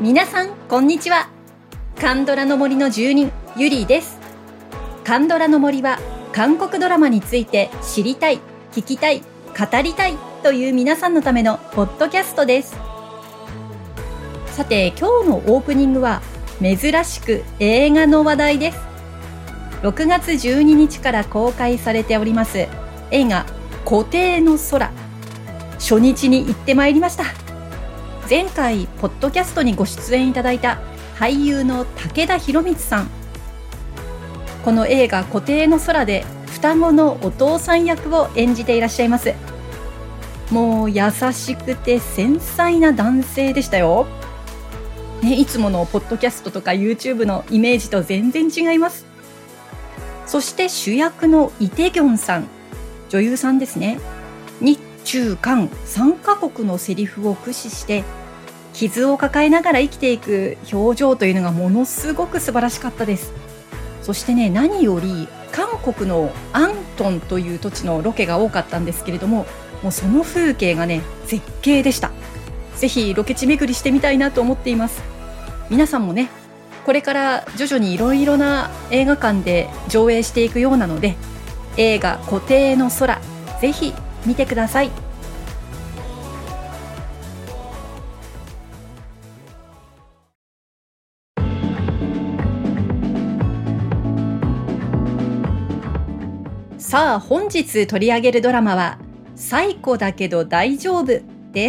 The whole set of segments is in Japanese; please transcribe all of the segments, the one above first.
皆さんこんにちは。カンドラの森の住人ゆりです。カンドラの森は韓国ドラマについて知りたい、聞きたい、語りたいという皆さんのためのポッドキャストです。さて、今日のオープニングは珍しく映画の話題です。6月12日から公開されております映画湖底の空、初日に行ってまいりました。前回ポッドキャストにご出演いただいた俳優の武田博光さん、この映画湖底の空で双子のお父さん役を演じていらっしゃいます。もう優しくて繊細な男性でしたよ、いつものポッドキャストとか YouTube のイメージと全然違います。そして主役のイテギョンさん、女優さんですね。日中韓3カ国のセリフを駆使して傷を抱えながら生きていく表情というのがものすごく素晴らしかったです。そしてね、何より韓国のアントンという土地のロケが多かったんですけれども、もうその風景がね絶景でした。ぜひロケ地巡りしてみたいなと思っています。皆さんもね、これから徐々にいろいろな映画館で上映していくようなので、映画湖底の空、ぜひ見てください。さあ、本日取り上げるドラマはサイコだけど大丈夫です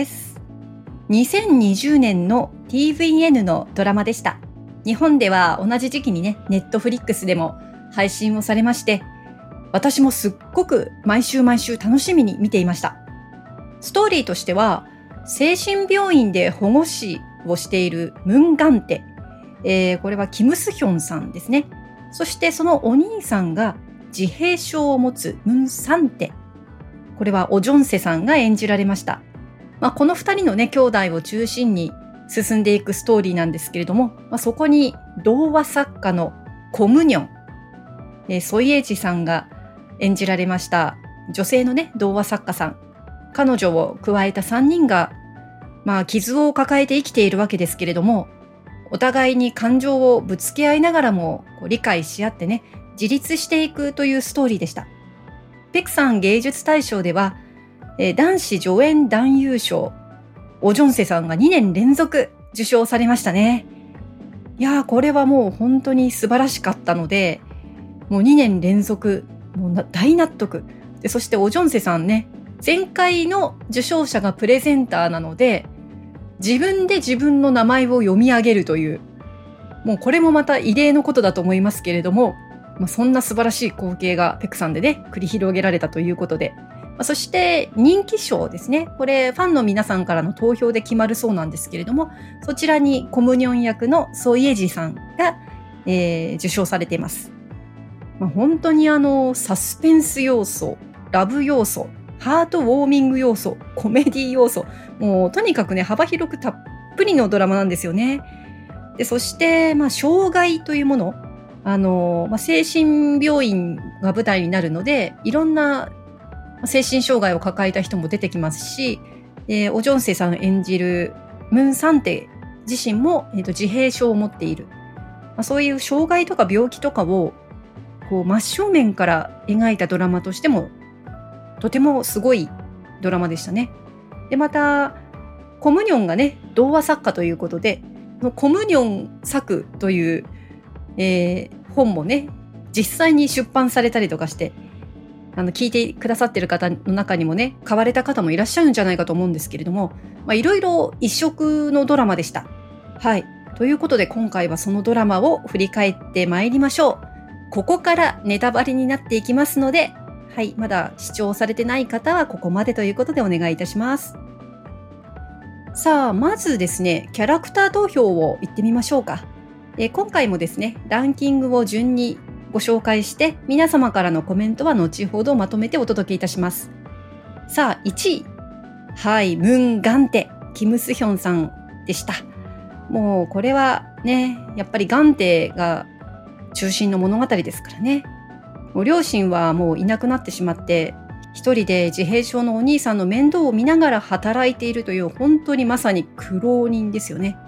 。2020年の TVN のドラマでした。日本では同じ時期にね、ネットフリックスでも配信をされまして、私もすっごく毎週楽しみに見ていました。ストーリーとしては、精神病院で保護士をしているムンガンテ、これはキムスヒョンさんですね。そしてそのお兄さんが自閉症を持つムンサンテ、これはオジョンセさんが演じられました。この2人のね兄弟を中心に進んでいくストーリーなんですけれども、そこに童話作家のコムニョン、ソイエジさんが演じられました女性のね童話作家さん、彼女を加えた3人が、傷を抱えて生きているわけですけれども、お互いに感情をぶつけ合いながらも理解し合ってね、自立していくというストーリーでした。ペクサン芸術大賞では、男子助演男優賞、オジョンセさんが2年連続受賞されましたね。いやー、これはもう本当に素晴らしかったので、もう2年連続もう大納得で、そしてオジョンセさんね、前回の受賞者がプレゼンターなので、自分で自分の名前を読み上げるという、もうこれもまた異例のことだと思いますけれども、そんな素晴らしい光景がペクさんでね繰り広げられたということで、そして人気賞ですね、これファンの皆さんからの投票で決まるそうなんですけれども、そちらにコムニョン役のソイエジさんが、受賞されています。本当にサスペンス要素、ラブ要素、ハートウォーミング要素、コメディ要素、もうとにかくね幅広くたっぷりのドラマなんですよね。で、そして障害というもの、精神病院が舞台になるので、いろんな精神障害を抱えた人も出てきますし、オジョンセさん演じるムン・サンテ自身も、自閉症を持っている、そういう障害とか病気とかを真正面から描いたドラマとしてもとてもすごいドラマでしたね。で、またコムニョンがね童話作家ということで、コムニョン作という、本もね実際に出版されたりとかして、聞いてくださっている方の中にもね買われた方もいらっしゃるんじゃないかと思うんですけれども、いろいろ異色のドラマでした。はい、ということで今回はそのドラマを振り返ってまいりましょう。ここからネタバレになっていきますので、はい、まだ視聴されてない方はここまでということでお願いいたします。さあ、まずですね、キャラクター投票をいってみましょうか。今回もですね、ランキングを順にご紹介して、皆様からのコメントは後ほどまとめてお届けいたします。さあ、1位。はい、ムン・ガンテ、キム・スヒョンさんでした。もうこれはね、やっぱりガンテが中心の物語ですからね。もう両親はもういなくなってしまって、一人で自閉症のお兄さんの面倒を見ながら働いているという、本当にまさに苦労人ですよね。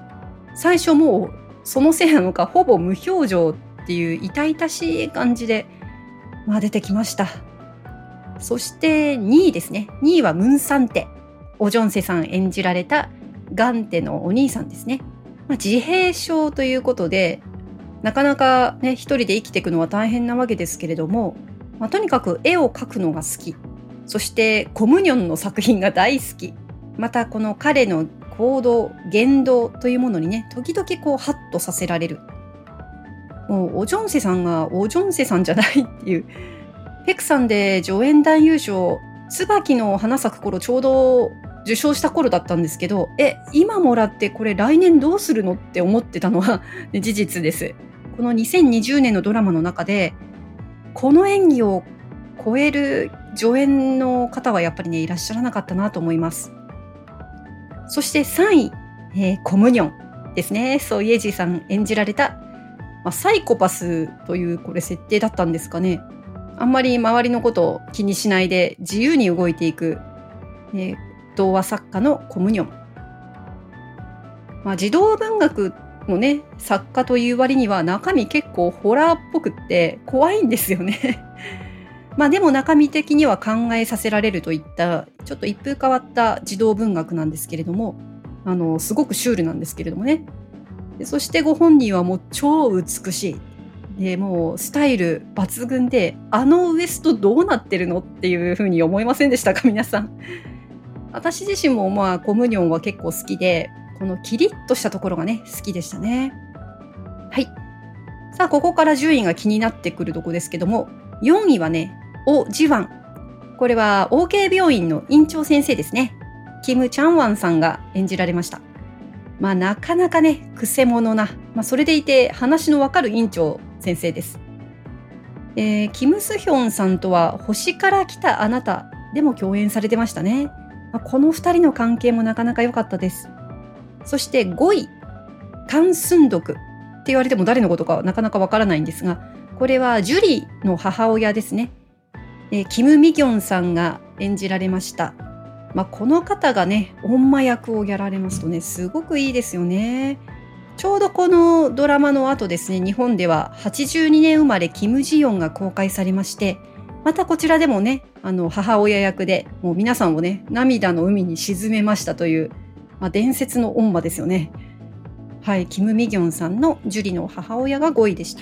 最初もうそのせいなのかほぼ無表情っていう痛々しい感じで、出てきました。そして2位ですね。2位はムンサンテ。オジョンセさん演じられたガンテのお兄さんですね。自閉症ということで、なかなかね、一人で生きていくのは大変なわけですけれども、とにかく絵を描くのが好き。そしてコムニョンの作品が大好き。またこの彼の行動、言動というものにね、時々ハッとさせられる。もうオジョンセさんがオジョンセさんじゃないっていう。ペクさんで助演男優賞、椿の花咲く頃ちょうど受賞した頃だったんですけど、今もらってこれ来年どうするのって思ってたのは事実です。この2020年のドラマの中で、この演技を超える助演の方はやっぱりね、いらっしゃらなかったなと思います。そして3位、コムニョンですね。ソ・イェジさん演じられた、サイコパスというこれ設定だったんですかね。あんまり周りのことを気にしないで自由に動いていく、童話作家のコムニョン。児童文学のね、作家という割には中身結構ホラーっぽくって怖いんですよね。でも中身的には考えさせられるといったちょっと一風変わった児童文学なんですけれども、すごくシュールなんですけれどもね。そしてご本人はもう超美しい。でもうスタイル抜群で、ウエストどうなってるのっていうふうに思いませんでしたか、皆さん。私自身もコムニョンは結構好きで、このキリッとしたところがね、好きでしたね。はい。さあ、ここから順位が気になってくるとこですけども、4位はね、オ・ジワン。これは OK 病院の院長先生ですね。キム・チャンワンさんが演じられました。なかなかね、くせ者な、それでいて話のわかる院長先生です。キム・スヒョンさんとは星から来たあなたでも共演されてましたね。この2人の関係もなかなか良かったです。そして5位、カン・スンドクって言われても誰のことかなかなかわからないんですが、これはジュリの母親ですね。キム・ミギョンさんが演じられました。この方がね、女役をやられますとね、すごくいいですよね。ちょうどこのドラマの後ですね、日本では82年生まれキム・ジヨンが公開されまして、またこちらでもね、母親役でもう皆さんをね、涙の海に沈めましたという、伝説の恩馬ですよね。はい、キム・ミギョンさんのジュリの母親が5位でした。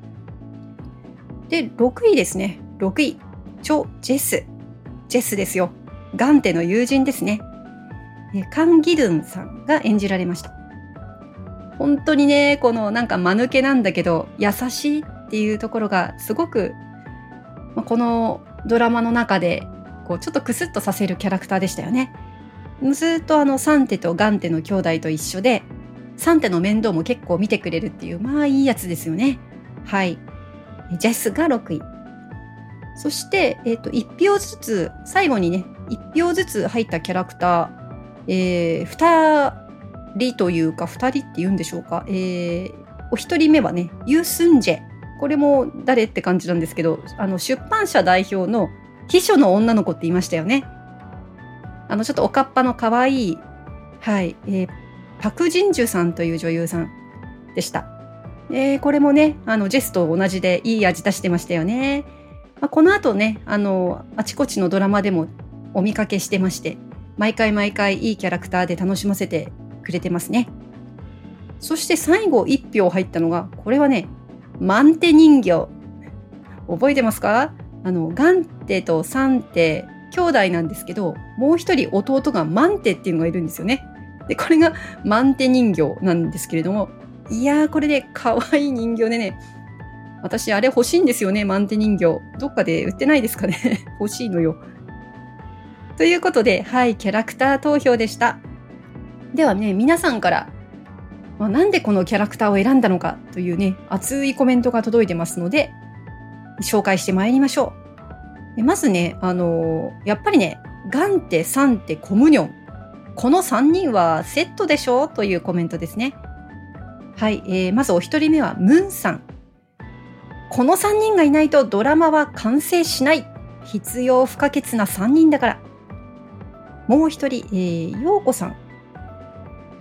で、6位ですね。6位、チョ・ジェス。ジェスですよ。ガンテの友人ですね。カン・ギドゥンさんが演じられました。本当にね、このなんか間抜けなんだけど優しいっていうところがすごく、このドラマの中でちょっとクスッとさせるキャラクターでしたよね。ずっとサンテとガンテの兄弟と一緒で、サンテの面倒も結構見てくれるっていう、いいやつですよね。はい。ジェスが6位。そして、1票ずつ、最後にね、1票ずつ入ったキャラクター、2人というか、2人って言うんでしょうか。お一人目はね、ユ・スンジェ。これも誰って感じなんですけど、出版社代表の秘書の女の子って言いましたよね。ちょっとおかっぱの可愛い、はい、パク・ジンジュさんという女優さんでした。これもね、ジェスと同じでいい味出してましたよね。この後ね、あちこちのドラマでもお見かけしてまして、毎回いいキャラクターで楽しませてくれてますね。そして最後1票入ったのが、これはね、マンテ人形。覚えてますか？ガンテとサンテ、兄弟なんですけど、もう一人弟がマンテっていうのがいるんですよね。で、これがマンテ人形なんですけれども、いやー、これで可愛い人形でね、私あれ欲しいんですよね、マンテ人形。どっかで売ってないですかね。欲しいのよ。ということで、はい、キャラクター投票でした。ではね、皆さんから、なんでこのキャラクターを選んだのかというね、熱いコメントが届いてますので、紹介してまいりましょう。まずね、やっぱりね、ガンテ、サンテ、コムニョン。この3人はセットでしょというコメントですね。はい、まずお一人目はムンさん。この3人がいないとドラマは完成しない。必要不可欠な3人だから。もう一人、ヨーコさん。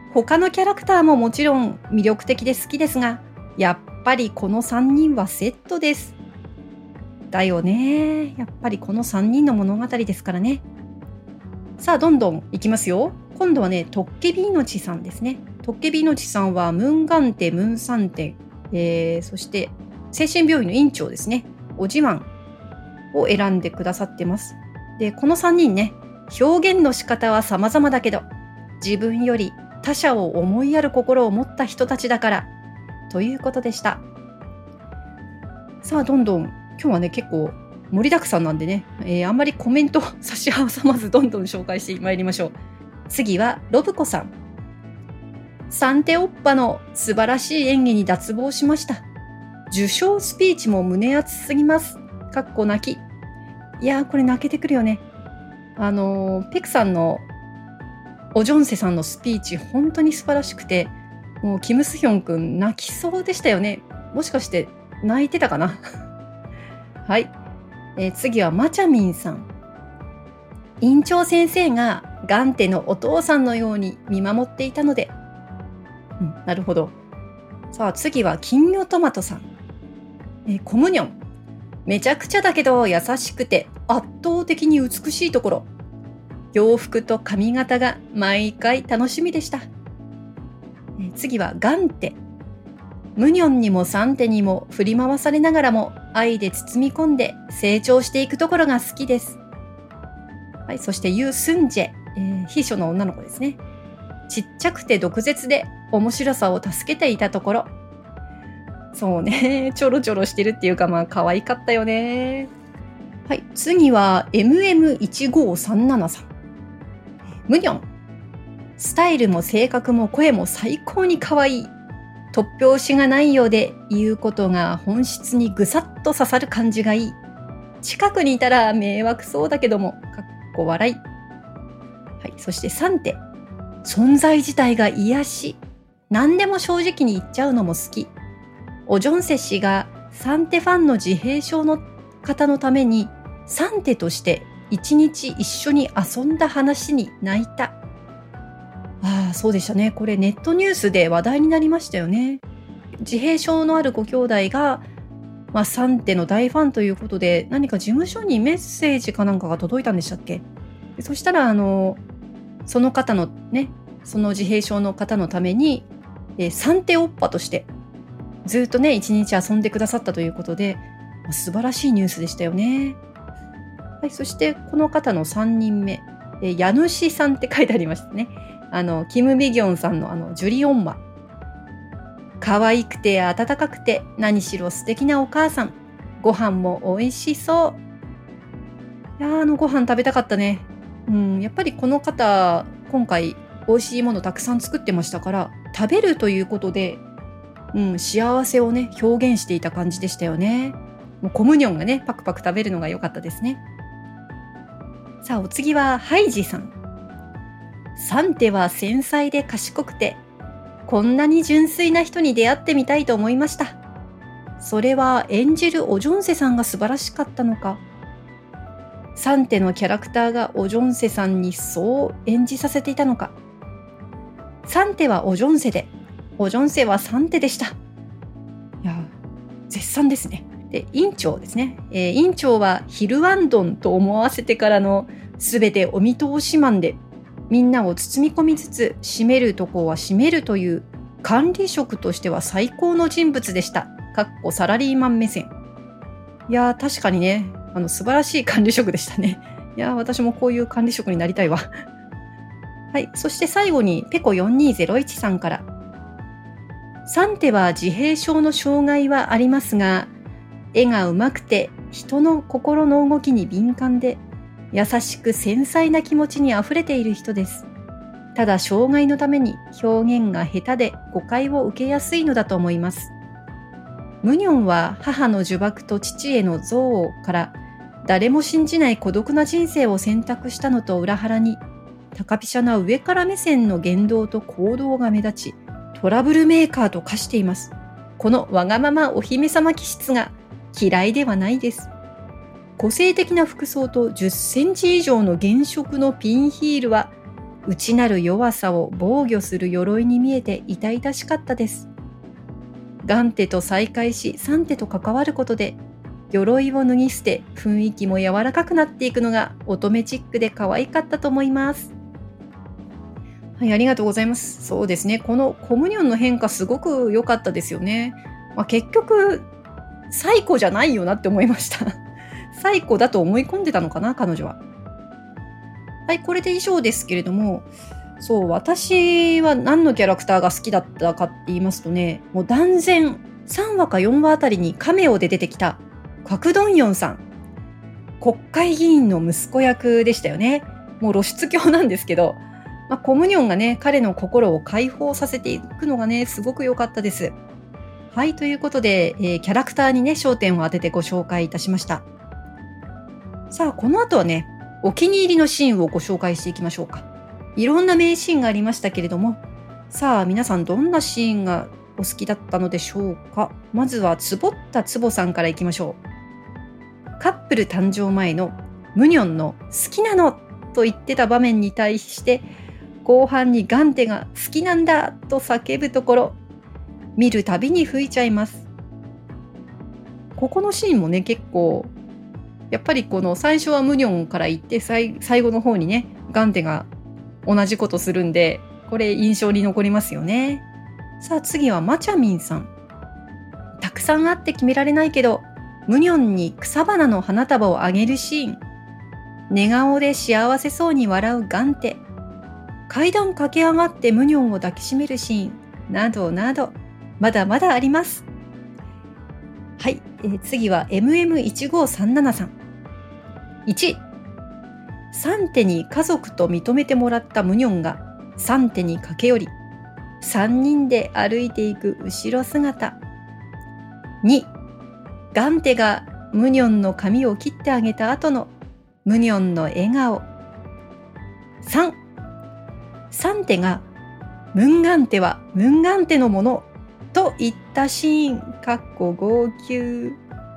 他のキャラクターももちろん魅力的で好きですが、やっぱりこの3人はセットです。だよね。やっぱりこの3人の物語ですからね。さあ、どんどんいきますよ。今度はね、トッケビイノチさんですね。トッケビイノチさんはムンガンテ、ムンサンテ、そして精神病院の院長ですね。おじまんを選んでくださってます。で、この3人ね、表現の仕方は様々だけど、自分より他者を思いやる心を持った人たちだから、ということでした。さあ、どんどん、今日はね、結構盛りだくさんなんでね、あんまりコメント差し挟まずどんどん紹介してまいりましょう。次は、ロブコさん。サンテオッパの素晴らしい演技に脱帽しました。受賞スピーチも胸熱すぎます。かっこ泣き。いやー、これ泣けてくるよね。ペクさんのオジョンセさんのスピーチ、本当に素晴らしくて、もうキム・スヒョンくん泣きそうでしたよね。もしかして泣いてたかなはい、次はマチャミンさん。院長先生がガンテのお父さんのように見守っていたので、なるほど。さあ次は金魚トマトさん。コムニョン。めちゃくちゃだけど優しくて圧倒的に美しいところ。洋服と髪型が毎回楽しみでした。次はガンテ。ムニョンにもサンテにも振り回されながらも愛で包み込んで成長していくところが好きです。はい、そしてユ・スンジェ、秘書の女の子ですね。ちっちゃくて毒舌で面白さを助けていたところ。そうね、ちょろちょろしてるっていうか、まあ可愛かったよね。はい、次は MM1537 さん。ムニョン。スタイルも性格も声も最高に可愛い。突拍子がないようで言うことが本質にぐさっと刺さる感じがいい。近くにいたら迷惑そうだけども、かっこ笑い。はい、そしてサンテ。存在自体が癒し。何でも正直に言っちゃうのも好き。オジョンセ氏がサンテファンの自閉症の方のためにサンテとして一日一緒に遊んだ話に泣いた。ああ、そうでしたね。これネットニュースで話題になりましたよね。自閉症のあるご兄弟が、サンテの大ファンということで、何か事務所にメッセージかなんかが届いたんでしたっけ？そしたら、その方のね、その自閉症の方のために、サンテオッパとして、ずっとね、一日遊んでくださったということで、素晴らしいニュースでしたよね。はい、そしてこの方の3人目、家主さんって書いてありましたね。キム・ビギョンさんのジュリオンマ。可愛くて温かくて何しろ素敵なお母さん。ご飯も美味しそう。いやご飯食べたかったね。やっぱりこの方、今回美味しいものたくさん作ってましたから、食べるということで、幸せをね、表現していた感じでしたよね。もうコムニョンがね、パクパク食べるのが良かったですね。さあ、お次はハイジさん。サンテは繊細で賢くて、こんなに純粋な人に出会ってみたいと思いました。それは演じるオジョンセさんが素晴らしかったのか、サンテのキャラクターがオジョンセさんにそう演じさせていたのか。サンテはオジョンセで、オジョンセはサンテでした。いや、絶賛ですね。で、院長ですね。院長はヒルワンドンと思わせてからのすべてお見通しマンで、みんなを包み込みつつ締めるとこは締めるという管理職としては最高の人物でした。かっこサラリーマン目線。いやー、確かにね、素晴らしい管理職でしたね。いやー、私もこういう管理職になりたいわ。はい、そして最後にペコ4201さんから。サンテは自閉症の障害はありますが、絵がうまくて人の心の動きに敏感で、優しく繊細な気持ちにあふれている人です。ただ障害のために表現が下手で誤解を受けやすいのだと思います。ムニョンは母の呪縛と父への憎悪から誰も信じない孤独な人生を選択したのと裏腹に、高飛車な上から目線の言動と行動が目立ち、トラブルメーカーと化しています。このわがままお姫様気質が嫌いではないです。個性的な服装と10センチ以上の原色のピンヒールは内なる弱さを防御する鎧に見えて痛々しかったです。ガンテと再会し、サンテと関わることで、鎧を脱ぎ捨て、雰囲気も柔らかくなっていくのが乙女チックで可愛かったと思います。はい、ありがとうございます。そうですね。このコムニョンの変化すごく良かったですよね。結局、サイコじゃないよなって思いました。サイコだと思い込んでたのかな、彼女は。はい、これで以上ですけれども、そう、私は何のキャラクターが好きだったかって言いますとね、もう断然3話か4話あたりにカメオで出てきたクァクドンヨンさん。国会議員の息子役でしたよね。もう露出狂なんですけど、コムニョンがね、彼の心を解放させていくのがね、すごく良かったです。はい、ということで、キャラクターにね、焦点を当ててご紹介いたしました。さあ、この後はね、お気に入りのシーンをご紹介していきましょうか。いろんな名シーンがありましたけれども、さあ、皆さんどんなシーンがお好きだったのでしょうか。まずは、つぼったつぼさんからいきましょう。カップル誕生前のムニョンの好きなのと言ってた場面に対して、後半にガンテが好きなんだと叫ぶところ、見るたびに吹いちゃいます。ここのシーンもね、結構、やっぱりこの最初はムニョンから言って最後の方にね、ガンテが同じことするんで、これ印象に残りますよね。さあ次はマチャミンさん。たくさんあって決められないけど、ムニョンに草花の花束をあげるシーン。寝顔で幸せそうに笑うガンテ。階段駆け上がってムニョンを抱きしめるシーン。などなど、まだまだあります。はい、次は MM1537 さん。1、サンテに家族と認めてもらったムニョンがサンテに駆け寄り、3人で歩いていく後ろ姿。2、ガンテがムニョンの髪を切ってあげた後のムニョンの笑顔。3、サンテがムンガンテはムンガンテのものと言ったシーン、号泣。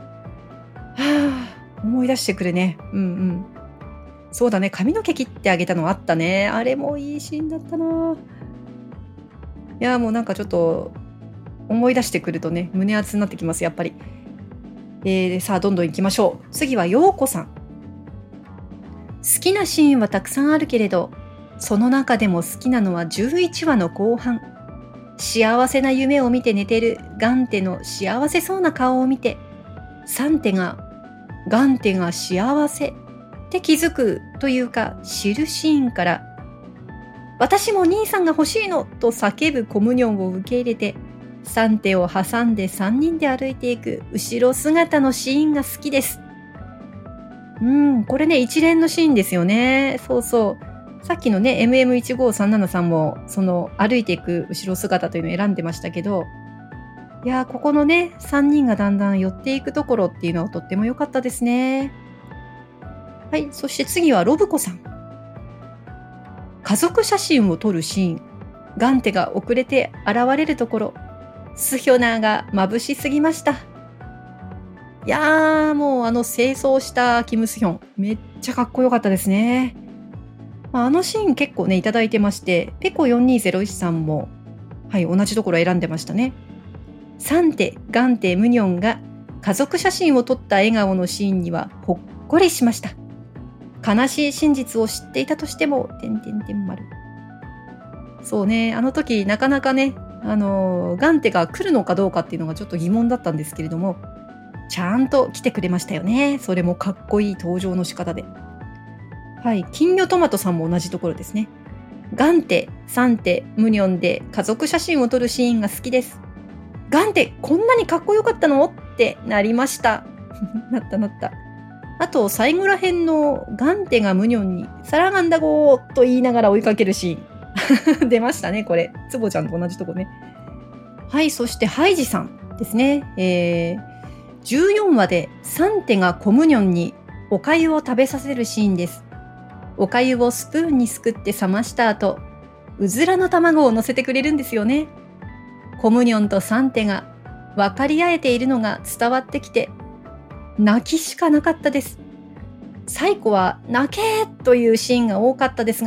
思い出してくるね。そうだね、髪の毛切ってあげたのあったね。あれもいいシーンだったな。いや、もうなんかちょっと思い出してくるとね、胸熱になってきます、やっぱり。さあ、どんどん行きましょう。次は陽子さん。好きなシーンはたくさんあるけれど、その中でも好きなのは11話の後半。幸せな夢を見て寝てるガンテの幸せそうな顔を見て、サンテがガンテが幸せって気づくというか知るシーンから、私も兄さんが欲しいのと叫ぶコムニョンを受け入れて、サンテを挟んで3人で歩いていく後ろ姿のシーンが好きです。これね、一連のシーンですよね。そうそう。さっきのね、MM1537 さんも、その歩いていく後ろ姿というのを選んでましたけど、いやー、ここのね、3人がだんだん寄っていくところっていうのはとっても良かったですね。はい、そして次はロブコさん。家族写真を撮るシーン。ガンテが遅れて現れるところ。スヒョナーが眩しすぎました。いやー、もう清掃したキムスヒョン、めっちゃかっこよかったですね。あのシーン結構ね、いただいてまして、ペコ4201さんも、はい、同じところ選んでましたね。サンテ、ガンテ、ムニョンが家族写真を撮った笑顔のシーンにはほっこりしました。悲しい真実を知っていたとしても、丸。そうね、あの時なかなかね、ガンテが来るのかどうかっていうのがちょっと疑問だったんですけれども、ちゃんと来てくれましたよね。それもかっこいい登場の仕方で。はい、金魚トマトさんも同じところですね。ガンテ、サンテ、ムニョンで家族写真を撮るシーンが好きです。ガンテ、こんなにかっこよかったのってなりました。なった。あと、最後らへんのガンテがムニョンにサラガンダゴーと言いながら追いかけるシーン。出ましたね、これ。ツボちゃんと同じとこね。はい、そしてハイジさんですね。14話でサンテがコムニョンにお粥を食べさせるシーンです。お粥をスプーンにすくって冷ました後、うずらの卵を乗せてくれるんですよね。コムニョンとサンテが分かり合えているのが伝わってきて、泣きしかなかったです。最後は泣けーというシーンが多かったですが、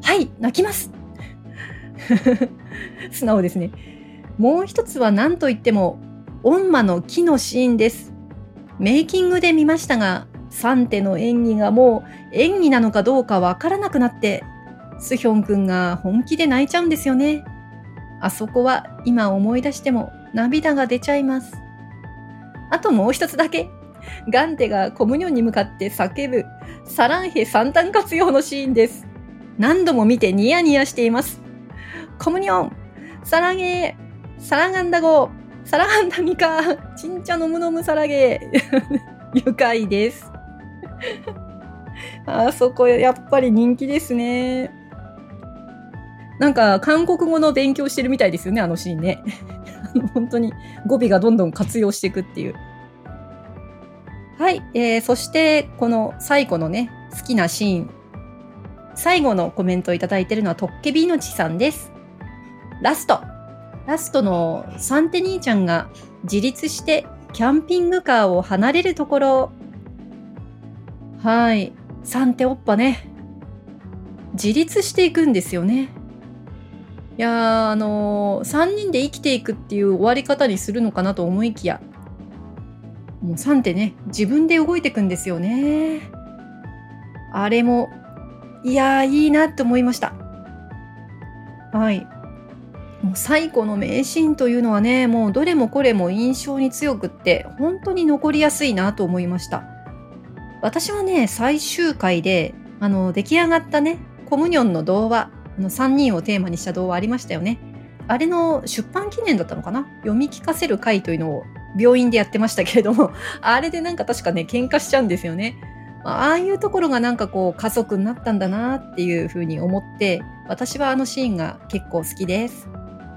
はい、泣きます。素直ですね。もう一つは何といっても、オンマの木のシーンです。メイキングで見ましたが、サンテの演技がもう演技なのかどうかわからなくなって、スヒョン君が本気で泣いちゃうんですよね。あそこは今思い出しても涙が出ちゃいます。あともう一つだけ。ガンテがコムニョンに向かって叫ぶサランヘ三段活用のシーンです。何度も見てニヤニヤしています。コムニョン、サラゲー、サラガンダゴ、サラガンダミカ、チンチャノムノムサラゲー。愉快です。あそこやっぱり人気ですね。なんか韓国語の勉強してるみたいですよね、あのシーンね。本当に語尾がどんどん活用していくっていう。はい、そしてこの最後のね、好きなシーン。最後のコメントをいただいているのはトッケビのちさんです。ラストのサンテ兄ちゃんが自立してキャンピングカーを離れるところ。はい。サンテオッパね。自立していくんですよね。いやー、3人で生きていくっていう終わり方にするのかなと思いきや、もうサンテね、自分で動いていくんですよね。あれも、いやー、いいなって思いました。はい。もう最後の名シーンというのはね、もうどれもこれも印象に強くって、本当に残りやすいなと思いました。私はね、最終回で、出来上がったね、コムニョンの童話、3人をテーマにした童話ありましたよね。あれの出版記念だったのかな、読み聞かせる会というのを病院でやってましたけれども、あれでなんか確かね、喧嘩しちゃうんですよね。ああいうところがなんかこう家族になったんだなっていうふうに思って、私はあのシーンが結構好きです。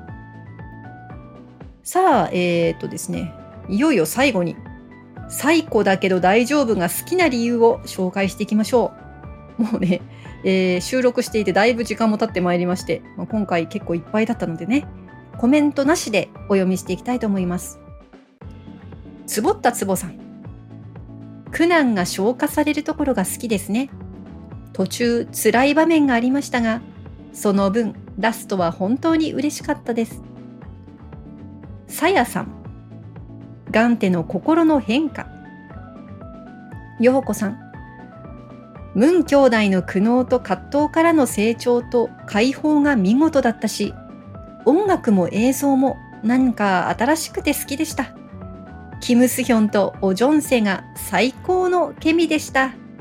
さあ、ですね、いよいよ最後に、最古だけど大丈夫が好きな理由を紹介していきましょう。もうね、収録していてだいぶ時間も経ってまいりまして、今回結構いっぱいだったのでね、コメントなしでお読みしていきたいと思います。つぼったつぼさん。苦難が消化されるところが好きですね。途中辛い場面がありましたが、その分ラストは本当に嬉しかったです。さやさん。ガンテの心の変化。ようこさん。ムン兄弟の苦悩と葛藤からの成長と解放が見事だったし、音楽も映像も何か新しくて好きでした。キム・スヒョンとオ・ジョンセが最高のケミでした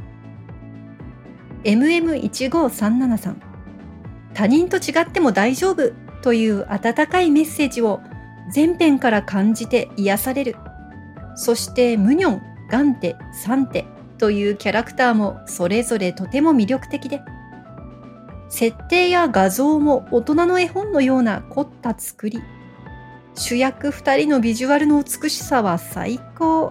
。MM1537 さん。他人と違っても大丈夫という温かいメッセージを全編から感じて癒される。そしてムニョン、ガンテ、サンテというキャラクターもそれぞれとても魅力的で、設定や画像も大人の絵本のような凝った作り。主役2人のビジュアルの美しさは最高。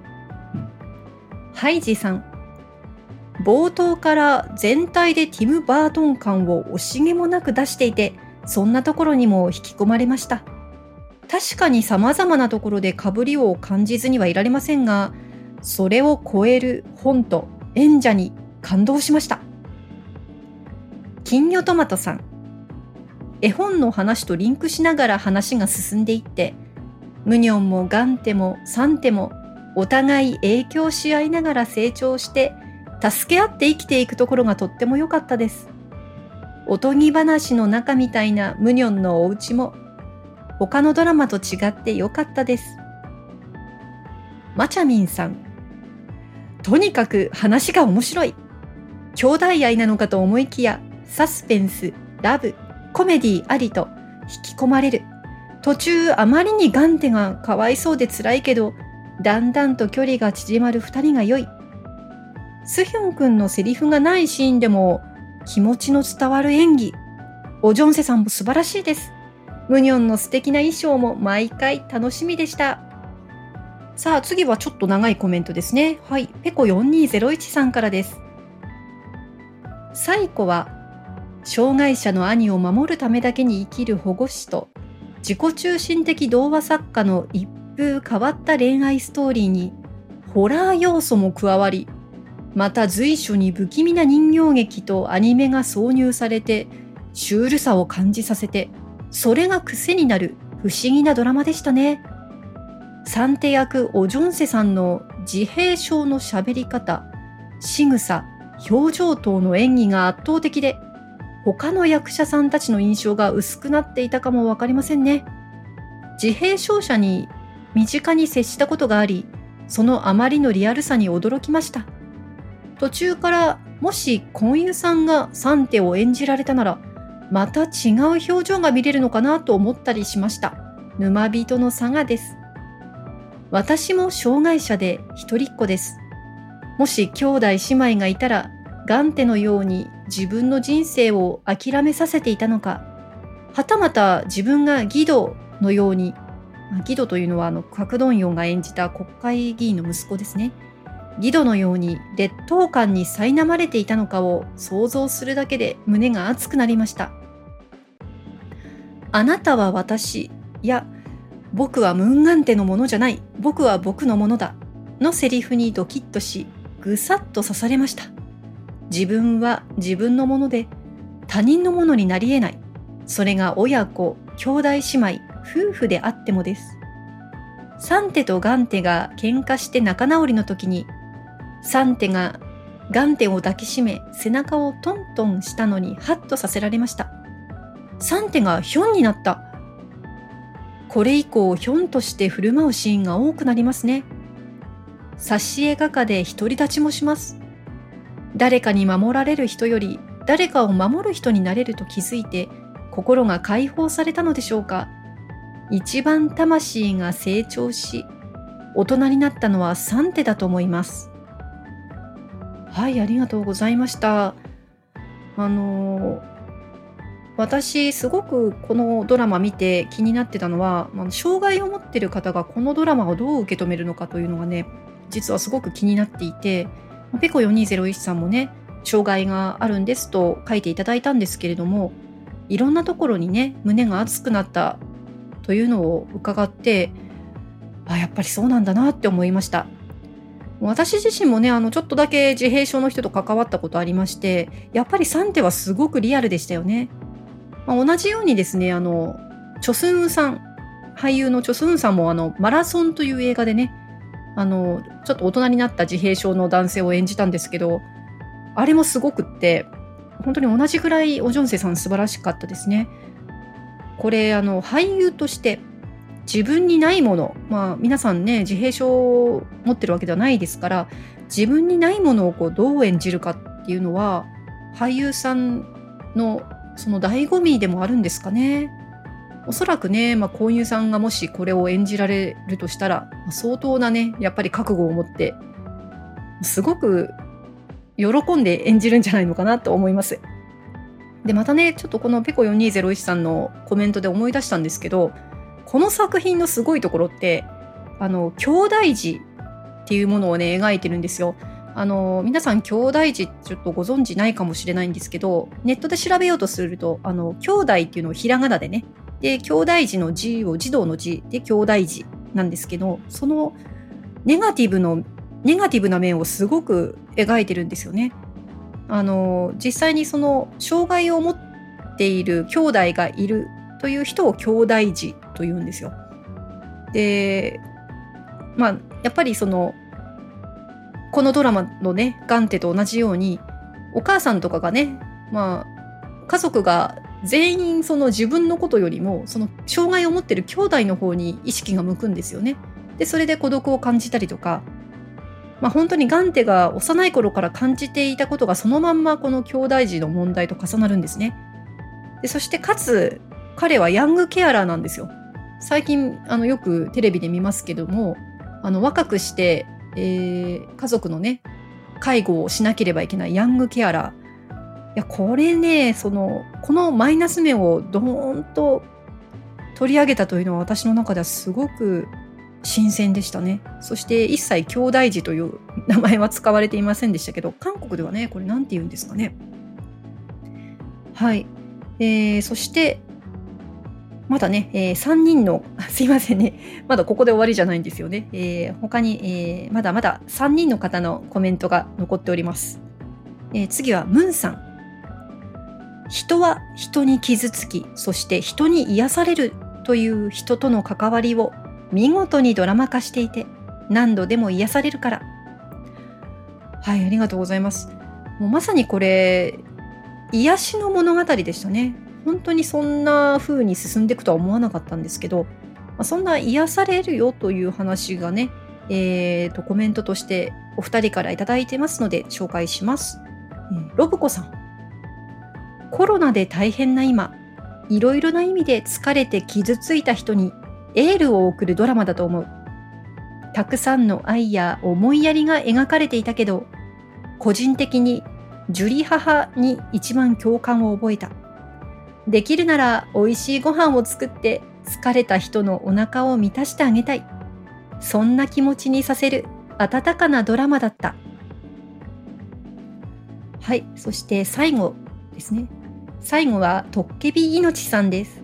ハイジさん。冒頭から全体でティム・バートン感を惜しげもなく出していて、そんなところにも引き込まれました。確かに様々なところで被りを感じずにはいられませんが、それを超える本と演者に感動しました。金魚トマトさん。絵本の話とリンクしながら話が進んでいって、ムニョンもガンテもサンテもお互い影響し合いながら成長して助け合って生きていくところがとっても良かったです。おとぎ話の中みたいなムニョンのお家も他のドラマと違って良かったです。マチャミンさん。とにかく話が面白い。兄弟愛なのかと思いきやサスペンス、ラブ、コメディありと引き込まれる。途中あまりにガンテがかわいそうで辛いけど、だんだんと距離が縮まる2人が良い。スヒョン君のセリフがないシーンでも気持ちの伝わる演技。オジョンセさんも素晴らしいです。ムニョンの素敵な衣装も毎回楽しみでした。さあ次はちょっと長いコメントですね。はい、ペコ4201さんからです。サイコは障害者の兄を守るためだけに生きる保護司と自己中心的童話作家の一風変わった恋愛ストーリーにホラー要素も加わり、 また随所に不気味な人形劇とアニメが挿入されて、シュールさを感じさせて、それが癖になる不思議なドラマでしたね。サンテ役オジョンセさんの自閉症の喋り方、仕草、表情等の演技が圧倒的で、他の役者さんたちの印象が薄くなっていたかもわかりませんね。自閉症者に身近に接したことがあり、そのあまりのリアルさに驚きました。途中からもしコンユさんがサンテを演じられたなら、また違う表情が見れるのかなと思ったりしました。沼人のサガです。私も障害者で一人っ子です。もし兄弟姉妹がいたら、ガンテのように自分の人生を諦めさせていたのか、はたまた自分がギドのように、ギドというのはカクドンヨンが演じた国会議員の息子ですね。ギドのように劣等感に苛まれていたのかを想像するだけで胸が熱くなりました。あなたは私、や僕はムーンガンテのものじゃない、僕は僕のものだのセリフにドキッとし、ぐさっと刺されました。自分は自分のもので他人のものになり得ない。それが親子、兄弟姉妹、夫婦であってもです。サンテとガンテが喧嘩して仲直りの時に、サンテがガンテを抱きしめ背中をトントンしたのにハッとさせられました。サンテがヒョンになった。これ以降ヒョンとして振る舞うシーンが多くなりますね。挿絵画家で独り立ちもします。誰かに守られる人より誰かを守る人になれると気づいて心が解放されたのでしょうか。一番魂が成長し大人になったのはサンテだと思います。はい、ありがとうございました。私すごくこのドラマ見て気になってたのは、障害を持っている方がこのドラマをどう受け止めるのかというのがね、実はすごく気になっていて、ペコ4201さんもね、障害があるんですと書いていただいたんですけれども、いろんなところにね、胸が熱くなったというのを伺って、やっぱりそうなんだなって思いました。私自身もね、ちょっとだけ自閉症の人と関わったことありまして、やっぱりサンテはすごくリアルでしたよね。同じようにですね、チョスンウさん、俳優のチョスンウさんもマラソンという映画でね、ちょっと大人になった自閉症の男性を演じたんですけど、あれもすごくって、本当に同じぐらいオジョンセさん素晴らしかったですね。これ俳優として自分にないもの、皆さんね、自閉症を持ってるわけではないですから、自分にないものをどう演じるかっていうのは、俳優さんのその醍醐味でもあるんですかね。おそらくね、コンユさんがもしこれを演じられるとしたら、相当なね、やっぱり覚悟を持って、すごく喜んで演じるんじゃないのかなと思います。で、またね、ちょっとこのペコ4201さんのコメントで思い出したんですけど、この作品のすごいところって、兄弟児っていうものをね、描いてるんですよ。皆さん兄弟児ちょっとご存知ないかもしれないんですけど、ネットで調べようとすると、兄弟っていうのをひらがなでね、で、兄弟児の字を児童の字で兄弟児なんですけど、そのネガティブな面をすごく描いてるんですよね。実際にその障害を持っている兄弟がいるという人を兄弟児というんですよ。で、やっぱりこのドラマのね、ガンテと同じように、お母さんとかがね、家族が全員自分のことよりも、その障害を持っている兄弟の方に意識が向くんですよね。で、それで孤独を感じたりとか、本当にガンテが幼い頃から感じていたことがそのまんまこの兄弟児の問題と重なるんですね。で、そしてかつ、彼はヤングケアラーなんですよ。最近よくテレビで見ますけども、若くして、家族のね介護をしなければいけないヤングケアラー。いや、これね、このマイナス面をドーンと取り上げたというのは私の中ではすごく新鮮でしたね。そして一切兄弟児という名前は使われていませんでしたけど、韓国ではね、これなんて言うんですかね。はい。そしてまだね、3人の、すいませんね。まだここで終わりじゃないんですよね。他に、まだまだ3人の方のコメントが残っております。次はムンさん。人は人に傷つき、そして人に癒されるという人との関わりを見事にドラマ化していて、何度でも癒されるから。はい、ありがとうございます。もうまさにこれ、癒しの物語でしたね。本当にそんな風に進んでいくとは思わなかったんですけど、そんな癒されるよという話がね、コメントとしてお二人からいただいてますので紹介します。ロブコさん。コロナで大変な今、いろいろな意味で疲れて傷ついた人にエールを送るドラマだと思う。たくさんの愛や思いやりが描かれていたけど、個人的にジュリ母に一番共感を覚えた。できるなら美味しいご飯を作って疲れた人のお腹を満たしてあげたい。そんな気持ちにさせる温かなドラマだった。はい、そして最後ですね。最後はトッケビいのちさんです。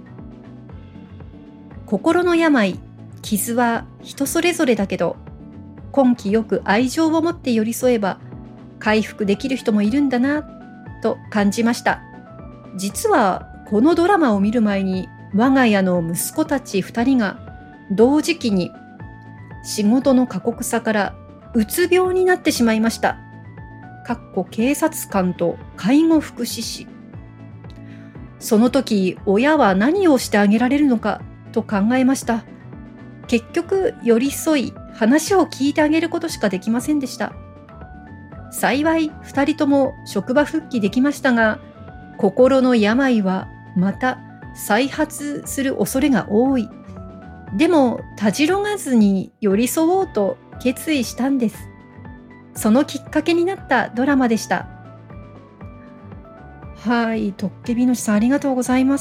心の病、傷は人それぞれだけど、根気よく愛情を持って寄り添えば回復できる人もいるんだなと感じました。実はこのドラマを見る前に我が家の息子たち2人が同時期に仕事の過酷さからうつ病になってしまいました。警察官と介護福祉士。その時親は何をしてあげられるのかと考えました。結局寄り添い話を聞いてあげることしかできませんでした。幸い2人とも職場復帰できましたが、心の病はまた再発する恐れが多い。でもたじろがずに寄り添おうと決意したんです。そのきっかけになったドラマでした。はい、トッケビのちさんありがとうございます。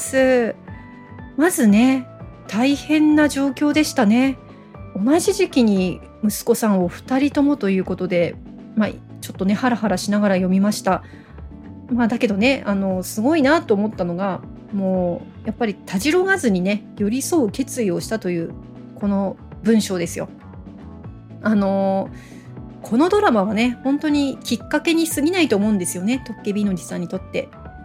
まずね、大変な状況でしたね。同じ時期に息子さんを2人ともということで、ちょっとねハラハラしながら読みました。だけどね、すごいなと思ったのが、もうやっぱりたじろがずにね寄り添う決意をしたというこの文章ですよ。このドラマはね本当にきっかけに過ぎないと思うんですよね、トッケビのちさんにとって。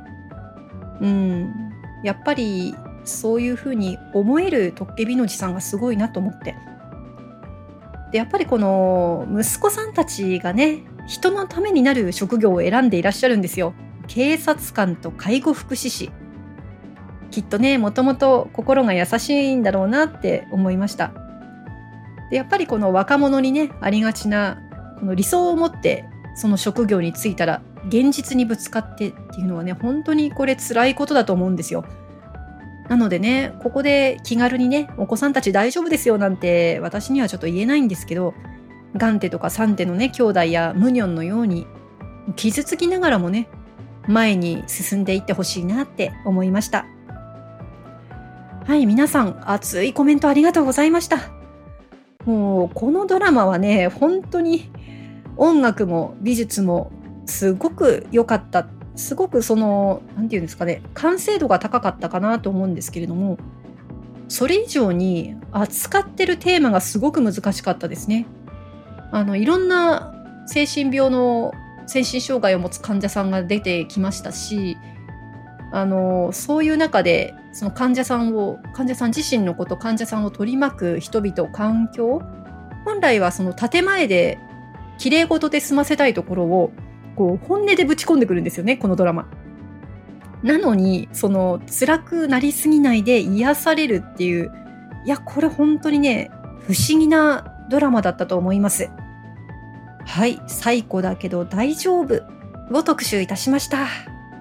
やっぱりそういうふうに思えるトッケビのちさんがすごいなと思って。でやっぱりこの息子さんたちがね人のためになる職業を選んでいらっしゃるんですよ。警察官と介護福祉士。きっとねもともと心が優しいんだろうなって思いました。でやっぱりこの若者にねありがちなこの理想を持ってその職業に就いたら現実にぶつかってっていうのはね本当にこれ辛いことだと思うんですよ。なのでねここで気軽にねお子さんたち大丈夫ですよなんて私にはちょっと言えないんですけど、ガンテとかサンテのね兄弟やムニョンのように傷つきながらもね前に進んでいってほしいなって思いました。はい、皆さん熱いコメントありがとうございました。もうこのドラマはね本当に音楽も美術もすごく良かった。すごくなんていうんですかね、完成度が高かったかなと思うんですけれども、それ以上に扱ってるテーマがすごく難しかったですね。いろんな精神病の精神障害を持つ患者さんが出てきましたし、そういう中でその患者さん自身のこと、患者さんを取り巻く人々、環境、本来はその建前で綺麗事で済ませたいところをこう本音でぶち込んでくるんですよね、このドラマ。なのに辛くなりすぎないで癒されるっていう、いやこれ本当にね不思議なドラマだったと思います。はい、最高だけど大丈夫を特集いたしました。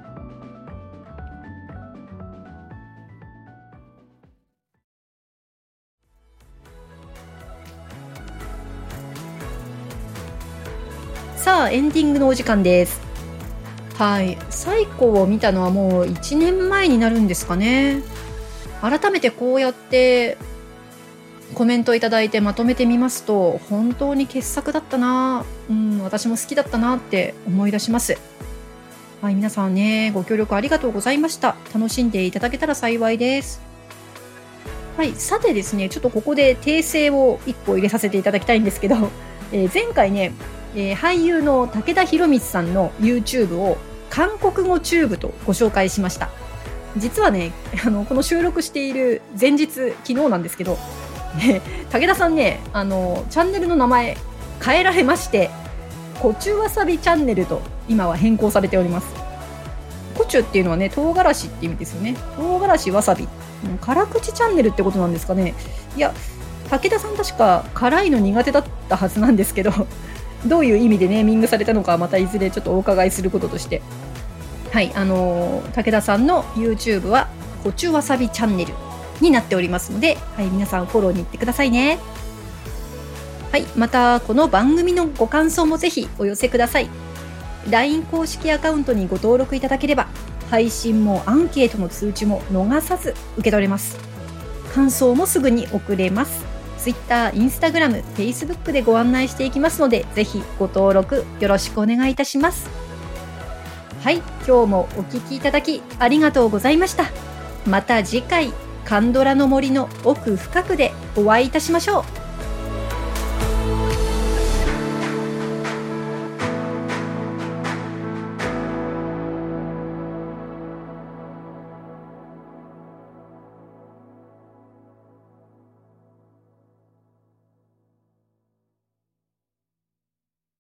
さあエンディングのお時間です。はい、サイコを見たのはもう1年前になるんですかね。改めてこうやってコメントいただいてまとめてみますと本当に傑作だったな、私も好きだったなって思い出します。はい、皆さんねご協力ありがとうございました。楽しんでいただけたら幸いです。 はい、さてですね、ちょっとここで訂正を1個入れさせていただきたいんですけど、前回ね、俳優の武田博光さんの YouTube を韓国語チューブとご紹介しました。実はね、この収録している前日、昨日なんですけど、武田さんね、チャンネルの名前変えられまして、コチュわさびチャンネルと今は変更されております。コチュっていうのはね、唐辛子って意味ですよね。唐辛子わさび。辛口チャンネルってことなんですかね。いや、武田さん確か辛いの苦手だったはずなんですけど、どういう意味でネーミングされたのかはまたいずれちょっとお伺いすることとして。はい、武田さんの YouTube はコチュわさびチャンネルになっておりますので、はい、皆さんフォローに行ってくださいね。はい、またこの番組のご感想もぜひお寄せください。LINE 公式アカウントにご登録いただければ、配信もアンケートの通知も逃さず受け取れます。感想もすぐに送れます。Twitter、Instagram、Facebook でご案内していきますので、ぜひご登録よろしくお願いいたします。はい、今日もお聞きいただきありがとうございました。また次回、カンドラの森の奥深くでお会いいたしましょう。